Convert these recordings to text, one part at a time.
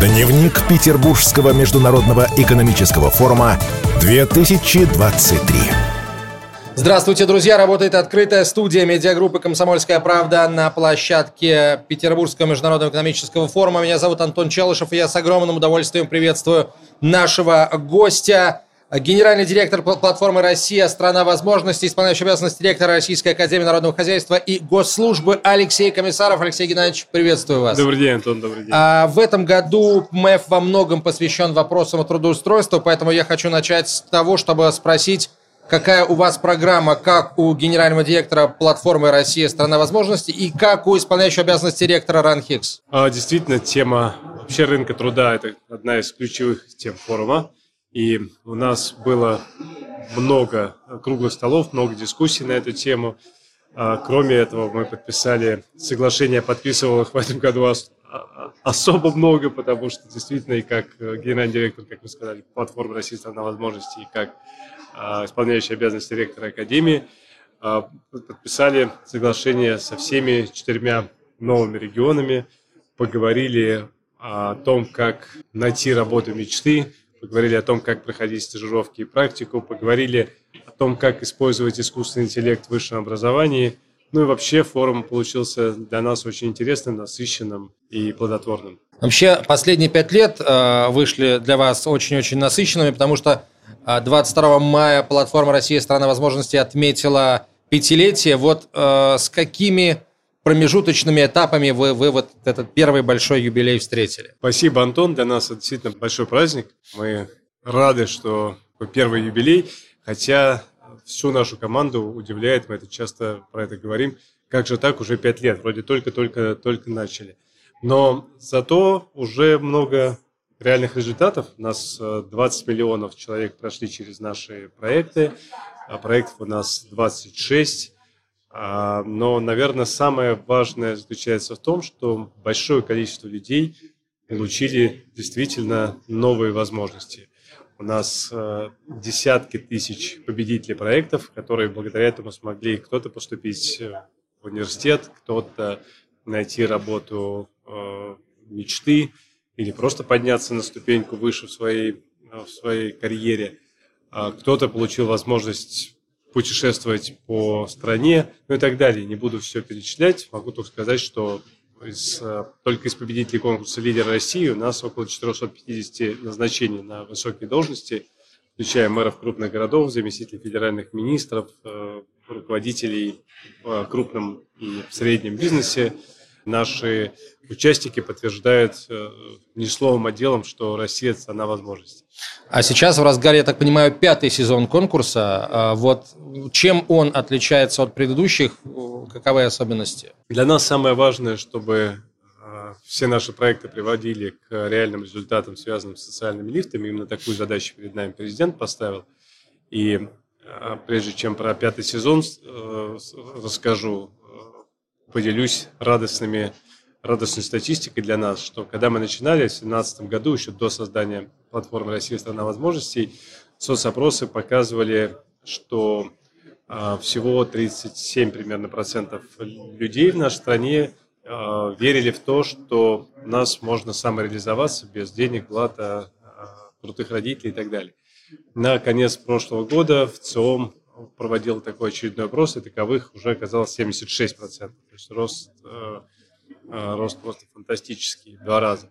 Дневник Петербургского международного экономического форума 2023. Здравствуйте, друзья! Работает открытая студия медиагруппы «Комсомольская правда» на площадке Петербургского международного экономического форума. Меня зовут Антон Челышев, и я с огромным удовольствием приветствую нашего гостя, генеральный директор платформы «Россия. Страна возможностей», исполняющий обязанности директора Российской академии народного хозяйства и госслужбы Алексей Комиссаров. Алексей Геннадьевич, приветствую вас. Добрый день, Антон, добрый день. В этом году МЭФ во многом посвящен вопросам трудоустройства, поэтому я хочу начать с того, чтобы спросить, какая у вас программа, как у генерального директора платформы «Россия. Страна возможностей» и как у исполняющего обязанности директора РАНХИКС? Действительно, тема вообще рынка труда – это одна из ключевых тем форума. И у нас было много круглых столов, много дискуссий на эту тему. Кроме этого, мы подписали соглашение, подписывал их в этом году особо много, потому что действительно, и как генеральный директор, как вы сказали, платформы «Россия. Страна возможностей», и как исполняющий обязанности директора Академии, подписали соглашение со всеми 4 новыми регионами, поговорили о том, как найти работу мечты, поговорили о том, как проходить стажировки и практику, поговорили о том, как использовать искусственный интеллект в высшем образовании. Ну и вообще форум получился для нас очень интересным, насыщенным и плодотворным. Вообще, последние 5 лет вышли для вас очень-очень насыщенными, потому что 22 мая платформа «Россия. Страна возможностей» отметила 5-летие. Вот с какими промежуточными этапами вы вот этот первый большой юбилей встретили? Спасибо, Антон. Для нас это действительно большой праздник. Мы рады, что первый юбилей, хотя всю нашу команду удивляет, мы это часто про это говорим, как же так уже 5 лет, вроде только начали. Но зато уже много реальных результатов. У нас 20 миллионов человек прошли через наши проекты, а проектов у нас 26. Но, наверное, самое важное заключается в том, что большое количество людей получили действительно новые возможности. У нас десятки тысяч победителей проектов, которые благодаря этому смогли кто-то поступить в университет, кто-то найти работу мечты, или просто подняться на ступеньку выше в своей карьере. Кто-то получил возможность путешествовать по стране, ну и так далее. Не буду все перечислять, могу только сказать, что только из победителей конкурса «Лидер России» у нас около 450 назначений на высокие должности, включая мэров крупных городов, заместителей федеральных министров, руководителей в крупном и в среднем бизнесе. Наши участники подтверждают не словом, а делом, что Россия – страна возможностей. А сейчас в разгаре, я так понимаю, 5-й сезон конкурса. Вот чем он отличается от предыдущих? Каковы особенности? Для нас самое важное, чтобы все наши проекты приводили к реальным результатам, связанным с социальными лифтами. Именно такую задачу перед нами президент поставил. И прежде чем про 5-й сезон расскажу, поделюсь радостной статистикой для нас, что когда мы начинали в 2017 году, еще до создания платформы «Россия. Страна возможностей», соцопросы показывали, что всего 37 примерно процентов людей в нашей стране верили в то, что у нас можно самореализоваться без денег, блата, крутых родителей и так далее. На конец прошлого года в ЦИОМ проводил такой очередной опрос, и таковых уже оказалось 76%. То есть рост просто фантастический, 2 раза.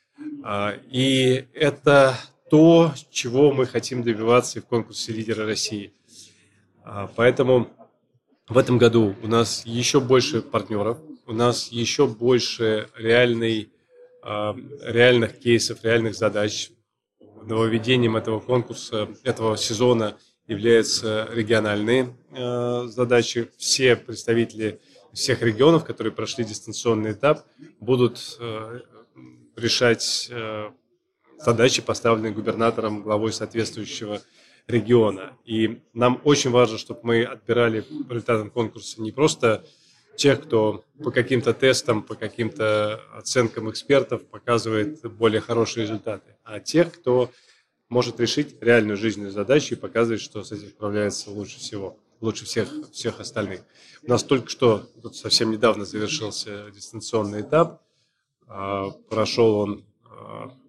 И это то, чего мы хотим добиваться и в конкурсе «Лидеры России». Поэтому в этом году у нас еще больше партнеров, у нас еще больше реальных кейсов, реальных задач. Нововведением этого конкурса, этого сезона являются региональные задачи. Все представители всех регионов, которые прошли дистанционный этап, будут решать задачи, поставленные губернатором, главой соответствующего региона. И нам очень важно, чтобы мы отбирали по результатам конкурса не просто тех, кто по каким-то тестам, по каким-то оценкам экспертов показывает более хорошие результаты, а тех, кто может решить реальную жизненную задачу и показывает, что с этим справляется лучше всего, лучше всех остальных. У нас только что, тут совсем недавно завершился дистанционный этап. Прошел он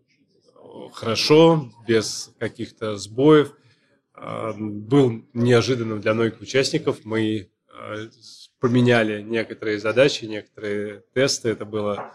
хорошо, без каких-то сбоев. Был неожиданным для многих участников. Мы поменяли некоторые задачи, некоторые тесты. Это было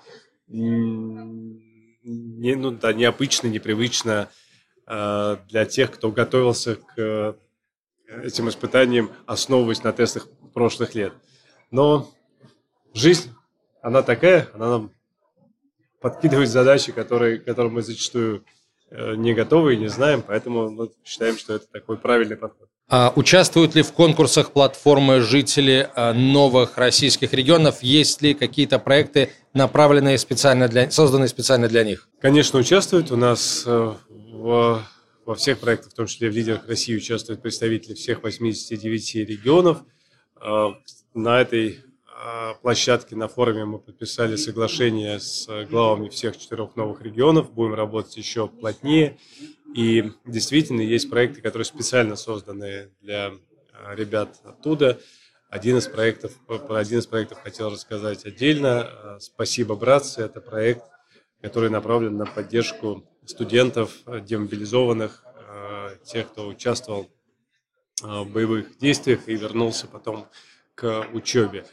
необычно, непривычно для тех, кто готовился к этим испытаниям, основываясь на тестах прошлых лет. Но жизнь, она такая, она нам подкидывает задачи, которым мы зачастую не готовы и не знаем, поэтому мы считаем, что это такой правильный подход. Участвуют ли в конкурсах платформы жители новых российских регионов? Есть ли какие-то проекты, созданные специально для них? Конечно, участвуют. У нас во всех проектах, в том числе в «Лидерах России», участвуют представители всех 89 регионов. На этой площадке, на форуме мы подписали соглашение с главами всех 4 новых регионов. Будем работать еще плотнее. И действительно есть проекты, которые специально созданы для ребят оттуда. Про один из проектов хотел рассказать отдельно. «Спасибо, братцы» – это проект, который направлен на поддержку студентов, демобилизованных, тех, кто участвовал в боевых действиях и вернулся потом к учебе.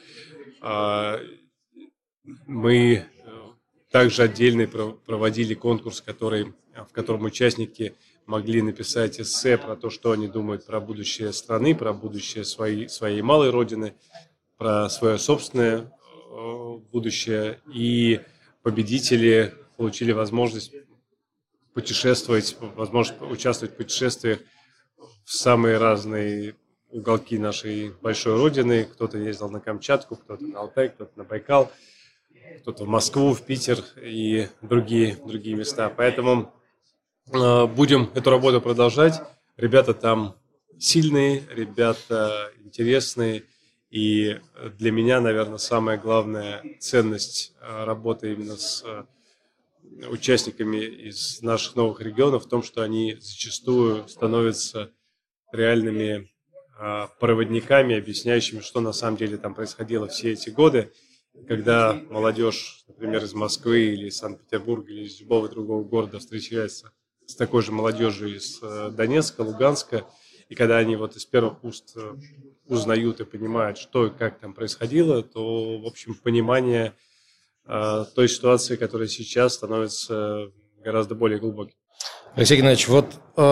Мы также отдельно проводили конкурс, в котором участники могли написать эссе про то, что они думают про будущее страны, про будущее своей малой родины, про свое собственное будущее. И победители получили возможность путешествовать, возможность участвовать в путешествиях в самые разные уголки нашей большой родины. Кто-то ездил на Камчатку, кто-то на Алтай, кто-то на Байкал, кто-то в Москву, в Питер и другие места. Поэтому будем эту работу продолжать. Ребята там сильные, ребята интересные. И для меня, наверное, самая главная ценность работы именно с участниками из наших новых регионов в том, что они зачастую становятся реальными проводниками, объясняющими, что на самом деле там происходило все эти годы. Когда молодежь, например, из Москвы или из Санкт-Петербурга или из любого другого города встречается с такой же молодежью из Донецка, Луганска, и когда они вот из первых уст узнают и понимают, что и как там происходило, то, в общем, понимание той ситуации, которая сейчас, становится гораздо более глубоким. Алексей Геннадьевич, вот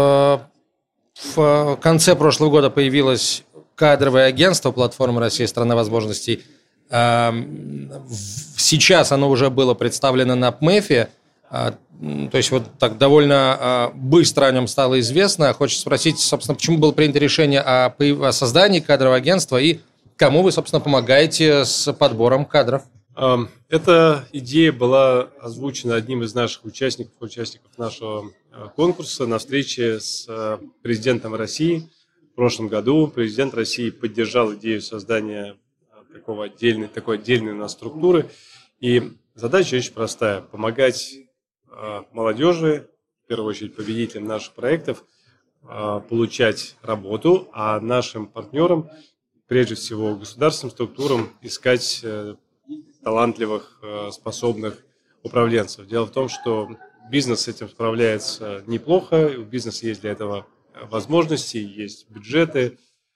в конце прошлого года появилось кадровое агентство платформы «Россия. Страна возможностей». Сейчас оно уже было представлено на ПМЭФе, то есть вот так довольно быстро о нем стало известно. Хочется спросить, собственно, почему было принято решение о создании кадрового агентства и кому вы, собственно, помогаете с подбором кадров? Эта идея была озвучена одним из наших участников нашего конкурса на встрече с президентом России в прошлом году. Президент России поддержал идею создания такой отдельной у нас структуры. И задача очень простая – помогать молодежи, в первую очередь победителям наших проектов, получать работу, а нашим партнерам, прежде всего государственным структурам, искать талантливых, способных управленцев. Дело в том, что бизнес с этим справляется неплохо, у бизнеса есть для этого возможности, есть бюджеты,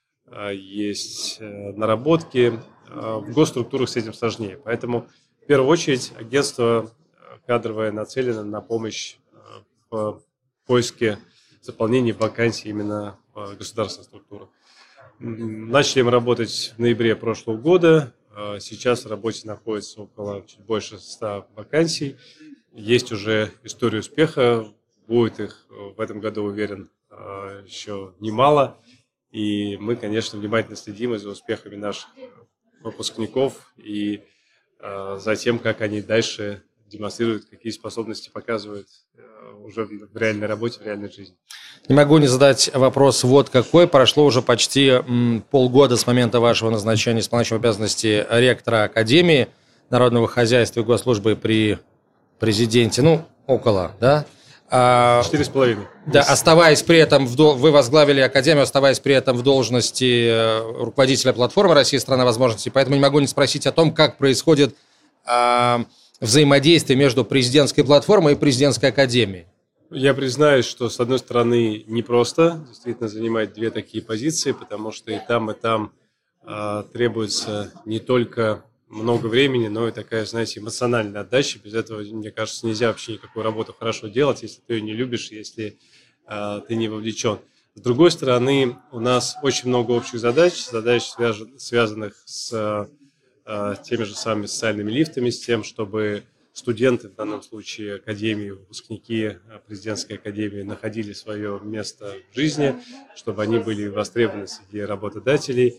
есть наработки. В госструктурах с этим сложнее. Поэтому, в первую очередь, агентство кадровое нацелено на помощь в поиске заполнения вакансий именно в государственных структурах. Начали мы работать в ноябре прошлого года. Сейчас в работе находится чуть больше 100 вакансий. Есть уже история успеха. Будет их в этом году, уверен, еще немало. И мы, конечно, внимательно следим за успехами наших выпускников и за тем, как они дальше демонстрируют, какие способности показывают уже в реальной работе, в реальной жизни. Не могу не задать вопрос вот какой. Прошло уже почти полгода с момента вашего назначения исполняющего обязанности ректора Академии народного хозяйства и госслужбы при президенте. Около, да? 4,5. Да, оставаясь при этом, вы возглавили Академию, оставаясь при этом в должности руководителя платформы «Россия. Страна возможностей». Поэтому не могу не спросить о том, как происходит взаимодействие между президентской платформой и президентской академией. Я признаюсь, что, с одной стороны, непросто действительно занимать две такие позиции, потому что и там требуется не только много времени, но и такая, знаете, эмоциональная отдача. Без этого, мне кажется, нельзя вообще никакую работу хорошо делать, если ты ее не любишь, если ты не вовлечен. С другой стороны, у нас очень много общих задач, связанных с теми же самыми социальными лифтами, с тем, чтобы студенты, в данном случае академии, выпускники президентской академии, находили свое место в жизни, чтобы они были востребованы среди работодателей.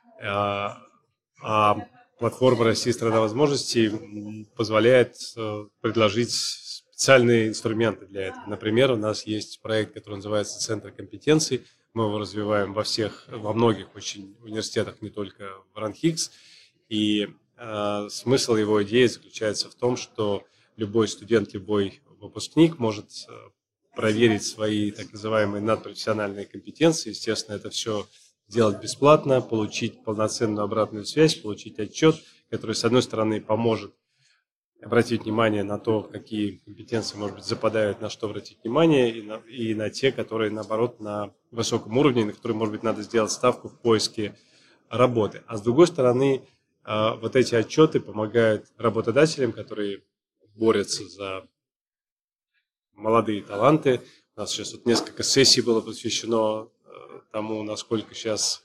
А платформа «Россия – страна возможностей» позволяет предложить специальные инструменты для этого. Например, у нас есть проект, который называется «Центр компетенций». Мы его развиваем во многих очень университетах, не только в РАНХИКС. И смысл его идеи заключается в том, что любой студент, любой выпускник может проверить свои так называемые надпрофессиональные компетенции. Естественно, это все делать бесплатно, получить полноценную обратную связь, получить отчет, который, с одной стороны, поможет обратить внимание на то, какие компетенции, может быть, западают, на что обратить внимание, и на те, которые, наоборот, на высоком уровне, на которые, может быть, надо сделать ставку в поиске работы. А с другой стороны, вот эти отчеты помогают работодателям, которые борются за молодые таланты. У нас сейчас несколько сессий было посвящено тому, насколько сейчас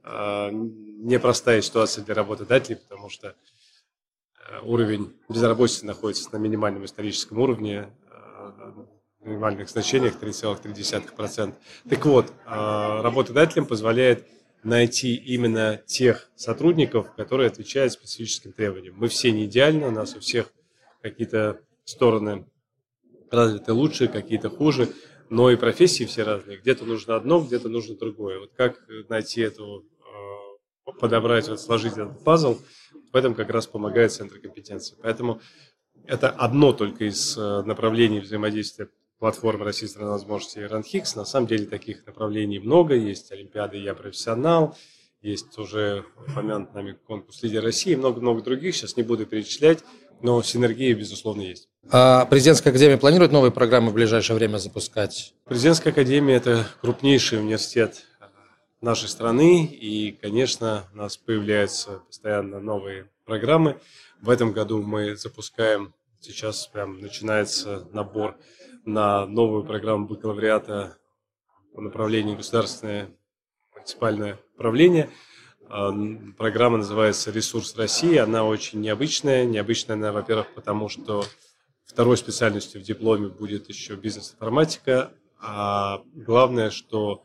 непростая ситуация для работодателей, потому что уровень безработицы находится на минимальном историческом уровне, минимальных значениях 3,3%. Так вот, работодателям позволяет найти именно тех сотрудников, которые отвечают специфическим требованиям. Мы все не идеальны, у нас у всех какие-то стороны развиты лучше, какие-то хуже, но и профессии все разные. Где-то нужно одно, где-то нужно другое. Вот как найти подобрать, сложить этот пазл, в этом как раз помогает Центр компетенций. Поэтому это одно только из направлений взаимодействия платформы «Россия – страна возможностей» и РАНХИКС. На самом деле таких направлений много. Есть Олимпиады «Я профессионал», есть уже упомянутый нами конкурс «Лидер России», много-много других. Сейчас не буду перечислять, но синергия, безусловно, есть. А Президентская академия планирует новые программы в ближайшее время запускать? Президентская академия – это крупнейший университет нашей страны, и, конечно, у нас появляются постоянно новые программы. В этом году мы запускаем, сейчас прям начинается набор на новую программу бакалавриата по направлению государственное муниципальное управление. Программа называется «Ресурс России». Она очень необычная. Необычная она, во-первых, потому что второй специальностью в дипломе будет еще бизнес-информатика. А главное, что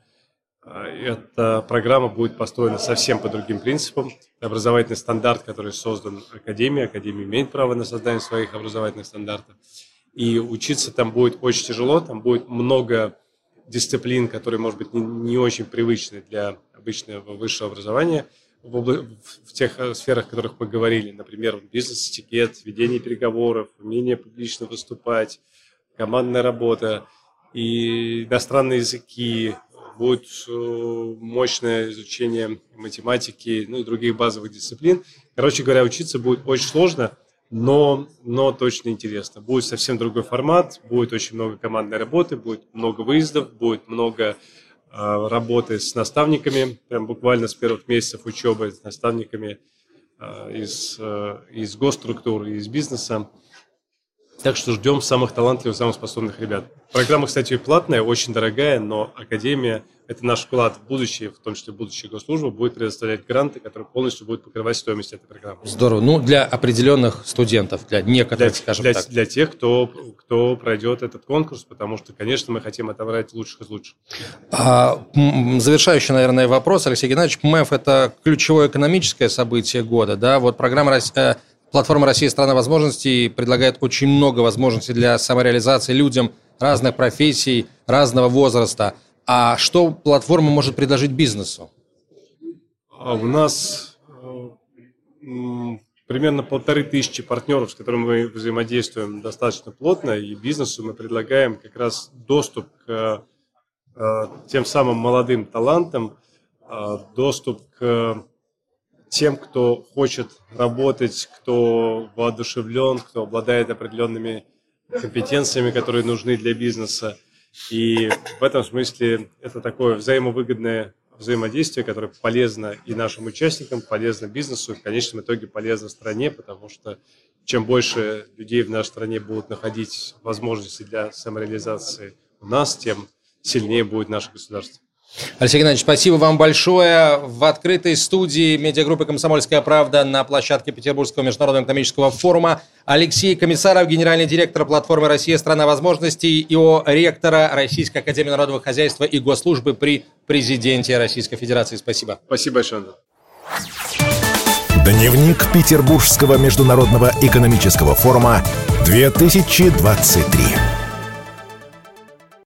эта программа будет построена совсем по другим принципам. Образовательный стандарт, который создан Академией. Академия имеет право на создание своих образовательных стандартов. И учиться там будет очень тяжело, там будет много дисциплин, которые, может быть, не очень привычны для обычного высшего образования в тех сферах, о которых мы говорили, например, бизнес-этикет, ведение переговоров, умение публично выступать, командная работа и иностранные языки, будет мощное изучение математики, ну и других базовых дисциплин. Короче говоря, учиться будет очень сложно, но точно интересно. Будет совсем другой формат, будет очень много командной работы, будет много выездов, будет много работы с наставниками, прям буквально с первых месяцев учебы с наставниками из госструктур и из бизнеса. Так что ждем самых талантливых, самых способных ребят. Программа, кстати, платная, очень дорогая, но Академия – это наш вклад в будущее, в том числе в будущее госслужбы, будет предоставлять гранты, которые полностью будут покрывать стоимость этой программы. Здорово. Ну, для определенных студентов, для некоторых, скажем так. Для тех, кто пройдет этот конкурс, потому что, конечно, мы хотим отобрать лучших из лучших. Завершающий, наверное, вопрос, Алексей Геннадьевич. ПМЭФ – это ключевое экономическое событие года, да? Вот платформа «Россия – страна возможностей» предлагает очень много возможностей для самореализации людям разных профессий, разного возраста. А что платформа может предложить бизнесу? У нас примерно 1500 партнеров, с которыми мы взаимодействуем достаточно плотно, и бизнесу мы предлагаем как раз доступ к тем самым молодым талантам, доступ к тем, кто хочет работать, кто воодушевлен, кто обладает определенными компетенциями, которые нужны для бизнеса. И в этом смысле это такое взаимовыгодное взаимодействие, которое полезно и нашим участникам, полезно бизнесу, и в конечном итоге полезно стране, потому что чем больше людей в нашей стране будут находить возможности для самореализации у нас, тем сильнее будет наше государство. Алексей Геннадьевич, спасибо вам большое. В открытой студии медиагруппы «Комсомольская правда» на площадке Петербургского международного экономического форума Алексей Комиссаров, генеральный директор платформы «Россия. Страна возможностей», ИО ректора Российской академии народного хозяйства и госслужбы при президенте Российской Федерации. Спасибо. Спасибо большое. Дневник Петербургского международного экономического форума 2023.